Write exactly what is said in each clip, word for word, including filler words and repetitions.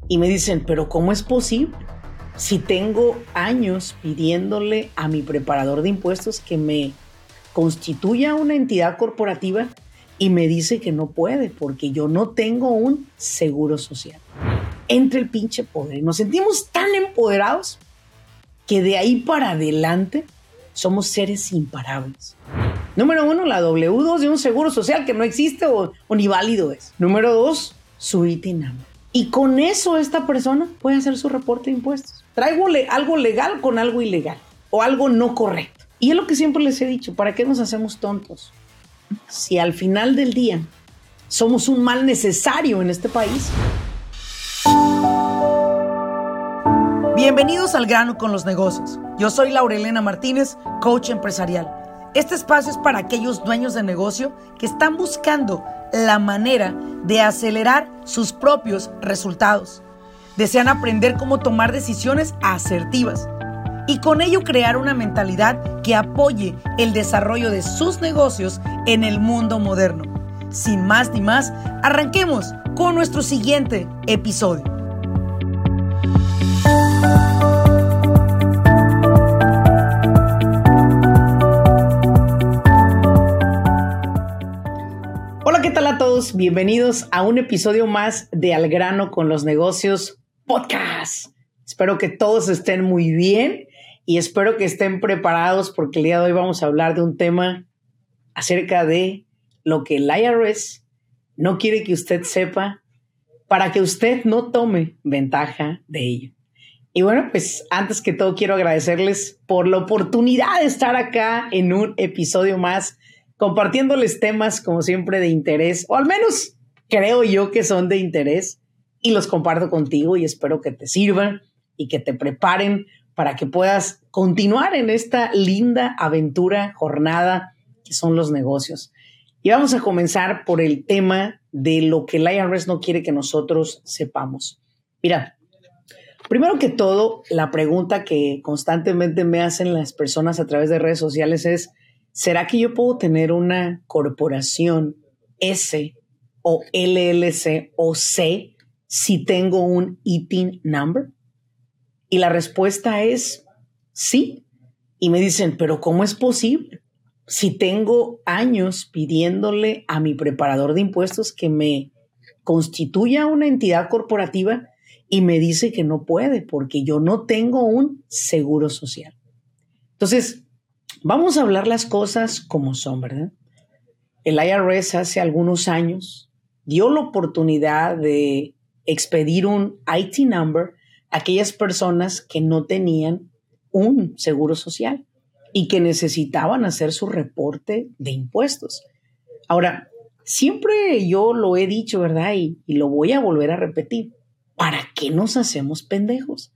Y me dicen, pero ¿cómo es posible? Si tengo años pidiéndole a mi preparador de impuestos que me constituya una entidad corporativa y me dice que no puede porque yo no tengo un seguro social. Entra el pinche poder. Nos sentimos tan empoderados que de ahí para adelante somos seres imparables. Número uno, la doble u dos de un seguro social que no existe o, o ni válido es. Número dos, su I T I N number. Y con eso esta persona puede hacer su reporte de impuestos. Traigo le- algo legal con algo ilegal o algo no correcto. Y es lo que siempre les he dicho, ¿para qué nos hacemos tontos? Si al final del día somos un mal necesario en este país. Bienvenidos al grano con los negocios. Yo soy Laurelena Martínez, coach empresarial. Este espacio es para aquellos dueños de negocio que están buscando la manera de acelerar sus propios resultados. Desean aprender cómo tomar decisiones asertivas y con ello crear una mentalidad que apoye el desarrollo de sus negocios en el mundo moderno. Sin más ni más, arranquemos con nuestro siguiente episodio. Hola, ¿qué tal a todos? Bienvenidos a un episodio más de Al Grano con los Negocios Podcast. Espero que todos estén muy bien y espero que estén preparados porque el día de hoy vamos a hablar de un tema acerca de lo que el I R S no quiere que usted sepa para que usted no tome ventaja de ello. Y bueno, pues antes que todo quiero agradecerles por la oportunidad de estar acá en un episodio más compartiéndoles temas como siempre de interés, o al menos creo yo que son de interés y los comparto contigo y espero que te sirvan y que te preparen para que puedas continuar en esta linda aventura, jornada que son los negocios. Y vamos a comenzar por el tema de lo que el I R S no quiere que nosotros sepamos. Mira, primero que todo, la pregunta que constantemente me hacen las personas a través de redes sociales es: ¿será que yo puedo tener una corporación S o L L C o C si tengo un I T I N number? Y la respuesta es sí. Y me dicen, ¿pero cómo es posible? Si tengo años pidiéndole a mi preparador de impuestos que me constituya una entidad corporativa y me dice que no puede porque yo no tengo un seguro social. Entonces, vamos a hablar las cosas como son, ¿verdad? El I R S hace algunos años dio la oportunidad de expedir un I T number a aquellas personas que no tenían un seguro social y que necesitaban hacer su reporte de impuestos. Ahora, siempre yo lo he dicho, ¿verdad? Y, y lo voy a volver a repetir. ¿Para qué nos hacemos pendejos?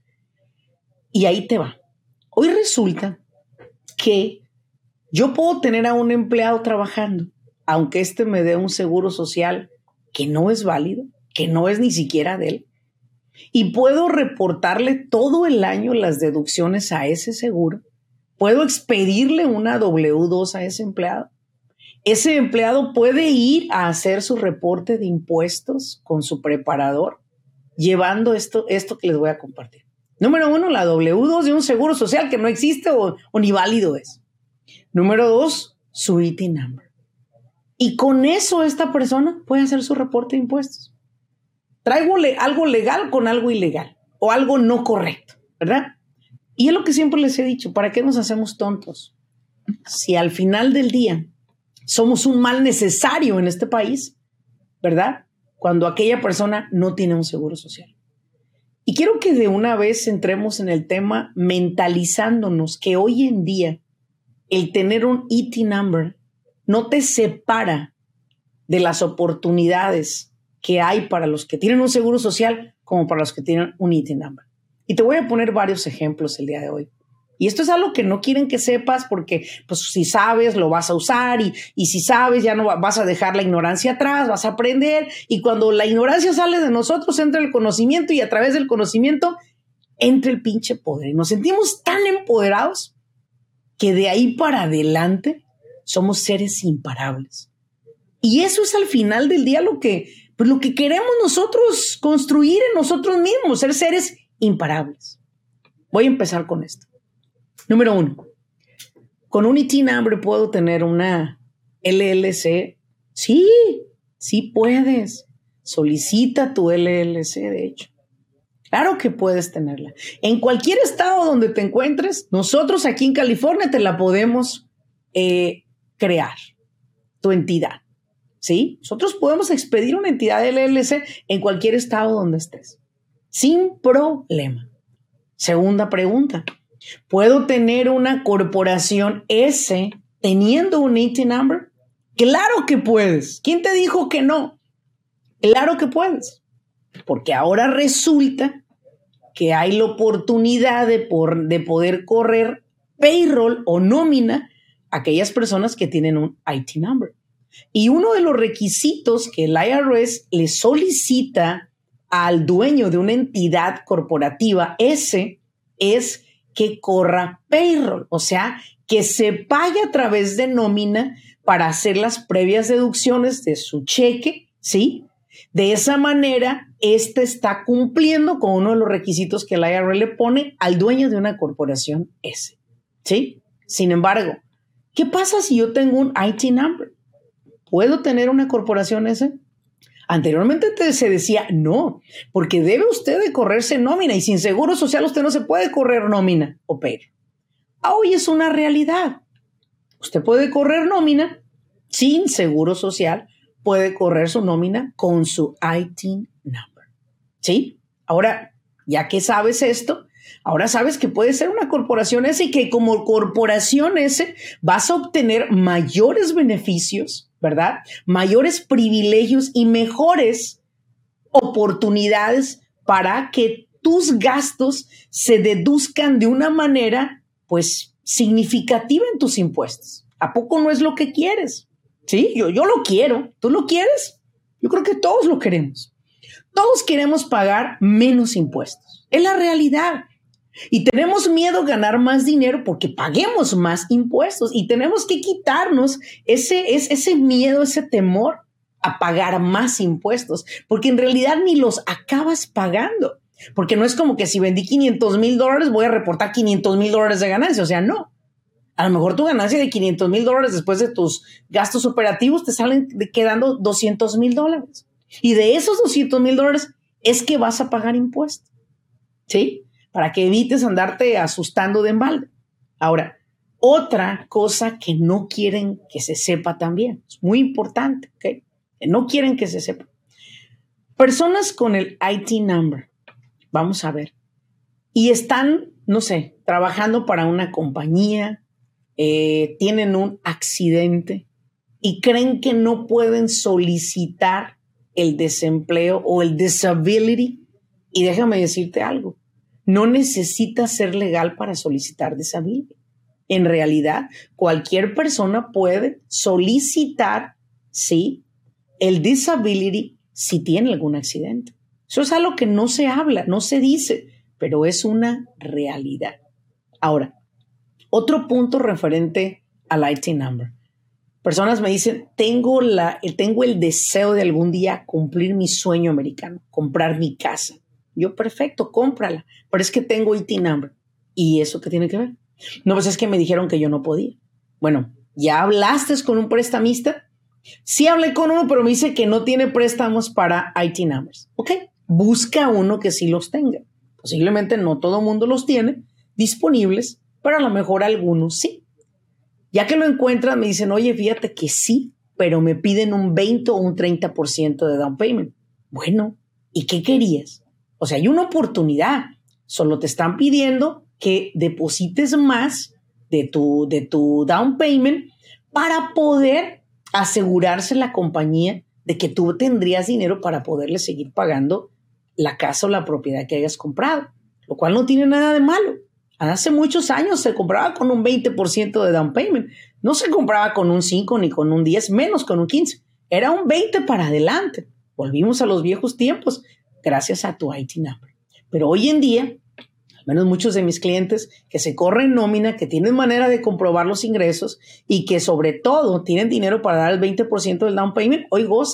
Y ahí te va. Hoy resulta que yo puedo tener a un empleado trabajando, aunque éste me dé un seguro social que no es válido, que no es ni siquiera de él, y puedo reportarle todo el año las deducciones a ese seguro, puedo expedirle una doble u dos a ese empleado. Ese empleado puede ir a hacer su reporte de impuestos con su preparador, llevando esto, esto que les voy a compartir. Número uno, la doble u dos de un seguro social que no existe o, o ni válido es. Número dos, su I T I N number. Y con eso esta persona puede hacer su reporte de impuestos. Traigo le- algo legal con algo ilegal o algo no correcto, ¿verdad? Y es lo que siempre les he dicho, ¿para qué nos hacemos tontos? Si al final del día somos un mal necesario en este país, ¿verdad? Cuando aquella persona no tiene un seguro social. Y quiero que de una vez entremos en el tema mentalizándonos que hoy en día el tener un I T number no te separa de las oportunidades que hay para los que tienen un seguro social como para los que tienen un I T number. Y te voy a poner varios ejemplos el día de hoy. Y esto es algo que no quieren que sepas porque pues, si sabes lo vas a usar y, y si sabes ya no va, vas a dejar la ignorancia atrás, vas a aprender y cuando la ignorancia sale de nosotros entra el conocimiento y a través del conocimiento entra el pinche poder. Y nos sentimos tan empoderados que de ahí para adelante somos seres imparables. Y eso es al final del día lo que pues lo que queremos nosotros construir en nosotros mismos, ser seres imparables. Voy a empezar con esto. Número uno, con un I T I N number puedo tener una L L C. Sí, sí puedes. Solicita tu L L C, de hecho. Claro que puedes tenerla. En cualquier estado donde te encuentres, nosotros aquí en California te la podemos eh, crear, tu entidad. ¿Sí? Nosotros podemos expedir una entidad L L C en cualquier estado donde estés, sin problema. Segunda pregunta, ¿puedo tener una corporación S teniendo un I T I N number? Claro que puedes. ¿Quién te dijo que no? Claro que puedes. Porque ahora resulta que hay la oportunidad de, por, de poder correr payroll o nómina a aquellas personas que tienen un I T I N number. Y uno de los requisitos que el I R S le solicita al dueño de una entidad corporativa S es que corra payroll, o sea, que se pague a través de nómina para hacer las previas deducciones de su cheque, ¿sí? De esa manera, este está cumpliendo con uno de los requisitos que el I R S le pone al dueño de una corporación S, ¿sí? Sin embargo, ¿qué pasa si yo tengo un I T I N number? ¿Puedo tener una corporación S? Anteriormente te, se decía no, porque debe usted de correrse nómina y sin seguro social usted no se puede correr nómina o payroll. Hoy es una realidad. Usted puede correr nómina sin seguro social, puede correr su nómina con su I T I N number. ¿Sí? Ahora, ya que sabes esto, ahora sabes que puede ser una corporación S y que como corporación S vas a obtener mayores beneficios, ¿verdad? Mayores privilegios y mejores oportunidades para que tus gastos se deduzcan de una manera, pues, significativa en tus impuestos. ¿A poco no es lo que quieres? Sí, yo, yo lo quiero. ¿Tú lo quieres? Yo creo que todos lo queremos. Todos queremos pagar menos impuestos. Es la realidad. Y tenemos miedo a ganar más dinero porque paguemos más impuestos y tenemos que quitarnos ese, ese, ese miedo, ese temor a pagar más impuestos, porque en realidad ni los acabas pagando, porque no es como que si vendí quinientos mil dólares voy a reportar quinientos mil dólares de ganancia, o sea, no. A lo mejor tu ganancia de quinientos mil dólares después de tus gastos operativos te salen quedando doscientos mil dólares. Y de esos doscientos mil dólares es que vas a pagar impuestos, ¿sí? Para que evites andarte asustando de embalde. Ahora, otra cosa que no quieren que se sepa también, es muy importante, ¿ok? Que no quieren que se sepa. Personas con el I T I N number, vamos a ver, y están, no sé, trabajando para una compañía, eh, tienen un accidente y creen que no pueden solicitar el desempleo o el disability. Y déjame decirte algo. No necesitas ser legal para solicitar disability. En realidad, cualquier persona puede solicitar, sí, el disability si tiene algún accidente. Eso es algo que no se habla, no se dice, pero es una realidad. Ahora, otro punto referente al I T I N number. Personas me dicen, tengo, la, tengo el deseo de algún día cumplir mi sueño americano, comprar mi casa. Yo, perfecto, cómprala, pero es que tengo I T I N number. ¿Y eso qué tiene que ver? No, pues es que me dijeron que yo no podía. Bueno, ¿ya hablaste con un prestamista? Sí hablé con uno, pero me dice que no tiene préstamos para I T I N numbers. Ok, busca uno que sí los tenga. Posiblemente no todo el mundo los tiene disponibles, pero a lo mejor algunos sí. Ya que lo encuentran, me dicen, oye, fíjate que sí, pero me piden un veinte o un treinta por ciento de down payment. Bueno, ¿y qué querías? O sea, hay una oportunidad. Solo te están pidiendo que deposites más de tu, de tu down payment para poder asegurarse la compañía de que tú tendrías dinero para poderle seguir pagando la casa o la propiedad que hayas comprado, lo cual no tiene nada de malo. Hace muchos años se compraba con un veinte por ciento de down payment. No se compraba con un cinco ni con un diez, menos con un quince. Era un veinte para adelante. Volvimos a los viejos tiempos gracias a tu I T I N number. Pero hoy en día, al menos muchos de mis clientes que se corren nómina, que tienen manera de comprobar los ingresos y que sobre todo tienen dinero para dar el veinte por ciento del down payment, hoy gozan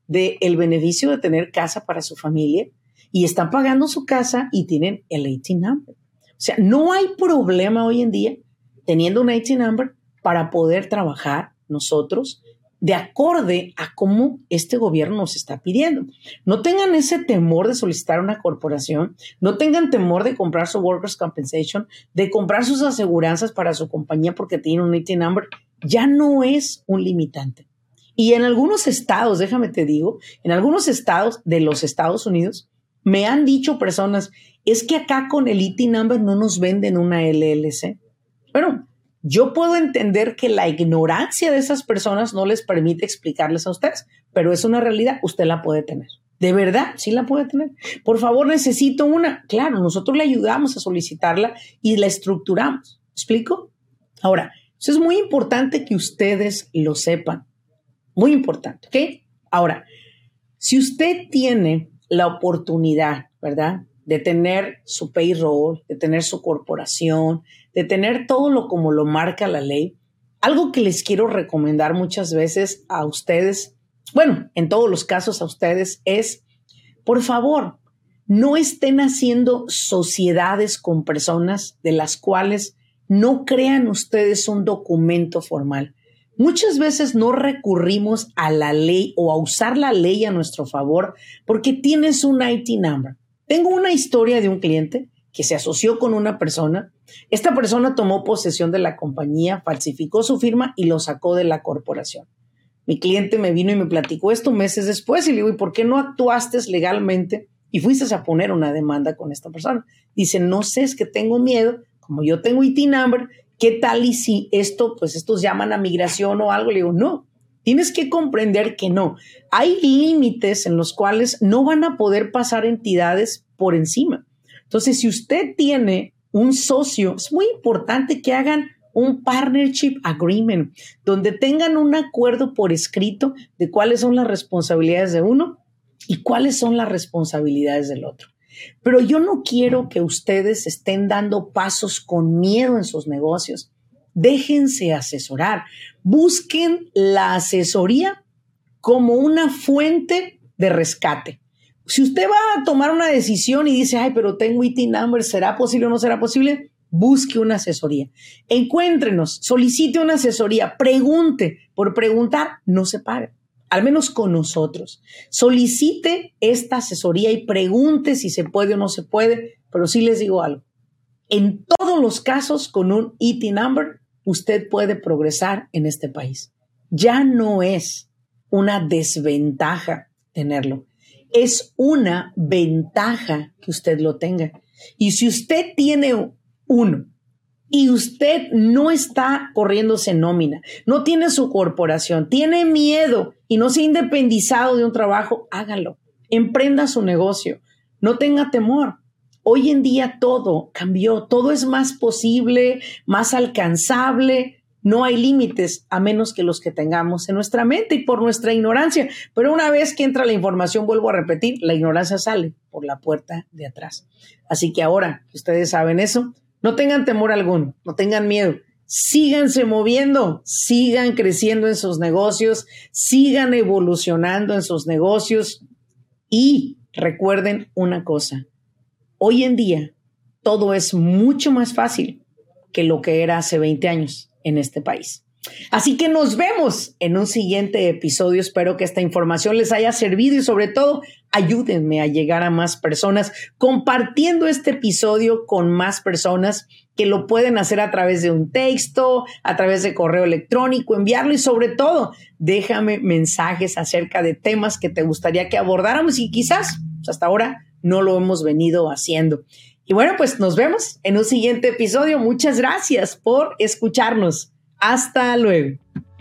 del beneficio de tener casa para su familia y están pagando su casa y tienen el I T number. O sea, no hay problema hoy en día teniendo un I T number para poder trabajar nosotros de acorde a cómo este gobierno nos está pidiendo. No tengan ese temor de solicitar una corporación, no tengan temor de comprar su Workers' Compensation, de comprar sus aseguranzas para su compañía porque tienen un I T number. Ya no es un limitante. Y en algunos estados, déjame te digo, en algunos estados de los Estados Unidos, me han dicho personas, es que acá con el I T number no nos venden una L L C. Bueno, yo puedo entender que la ignorancia de esas personas no les permite explicarles a ustedes, pero es una realidad, usted la puede tener. ¿De verdad? Sí la puede tener. Por favor, necesito una. Claro, nosotros le ayudamos a solicitarla y la estructuramos. ¿Me explico? Ahora, eso es muy importante que ustedes lo sepan. Muy importante, ¿ok? Ahora, si usted tiene la oportunidad, ¿verdad?, de tener su payroll, de tener su corporación, de tener todo lo como lo marca la ley, algo que les quiero recomendar muchas veces a ustedes, bueno, en todos los casos a ustedes, es, por favor, no estén haciendo sociedades con personas de las cuales no crean ustedes un documento formal. Muchas veces no recurrimos a la ley o a usar la ley a nuestro favor porque tienes un I T number. Tengo una historia de un cliente que se asoció con una persona. Esta persona tomó posesión de la compañía, falsificó su firma y lo sacó de la corporación. Mi cliente me vino y me platicó esto meses después y le digo, ¿y por qué no actuaste legalmente y fuiste a poner una demanda con esta persona? Dice, no sé, es que tengo miedo, como yo tengo I T number, ¿qué tal y si esto, pues estos llaman a migración o algo? Le digo, no. Tienes que comprender que no. Hay límites en los cuales no van a poder pasar entidades por encima. Entonces, si usted tiene un socio, es muy importante que hagan un partnership agreement, donde tengan un acuerdo por escrito de cuáles son las responsabilidades de uno y cuáles son las responsabilidades del otro. Pero yo no quiero que ustedes estén dando pasos con miedo en sus negocios. Déjense asesorar. Busquen la asesoría como una fuente de rescate. Si usted va a tomar una decisión y dice, ay, pero tengo I T number, ¿será posible o no será posible? Busque una asesoría. Encuéntrenos, solicite una asesoría, pregunte. Por preguntar, no se paga. Al menos con nosotros. Solicite esta asesoría y pregunte si se puede o no se puede, pero sí les digo algo. En todos los casos, con un I T number, usted puede progresar en este país. Ya no es una desventaja tenerlo. Es una ventaja que usted lo tenga. Y si usted tiene uno y usted no está corriéndose nómina, no tiene su corporación, tiene miedo y no se ha independizado de un trabajo, hágalo. Emprenda su negocio. No tenga temor. Hoy en día todo cambió, todo es más posible, más alcanzable, no hay límites a menos que los que tengamos en nuestra mente y por nuestra ignorancia. Pero una vez que entra la información, vuelvo a repetir, la ignorancia sale por la puerta de atrás. Así que ahora que ustedes saben eso, no tengan temor alguno, no tengan miedo. Síganse moviendo, sigan creciendo en sus negocios, sigan evolucionando en sus negocios y recuerden una cosa. Hoy en día, todo es mucho más fácil que lo que era hace veinte años en este país. Así que nos vemos en un siguiente episodio. Espero que esta información les haya servido y sobre todo, ayúdenme a llegar a más personas compartiendo este episodio con más personas que lo pueden hacer a través de un texto, a través de correo electrónico, enviarlo y sobre todo, déjame mensajes acerca de temas que te gustaría que abordáramos y quizás pues hasta ahora no lo hemos venido haciendo. Y bueno, pues nos vemos en un siguiente episodio. Muchas gracias por escucharnos. Hasta luego.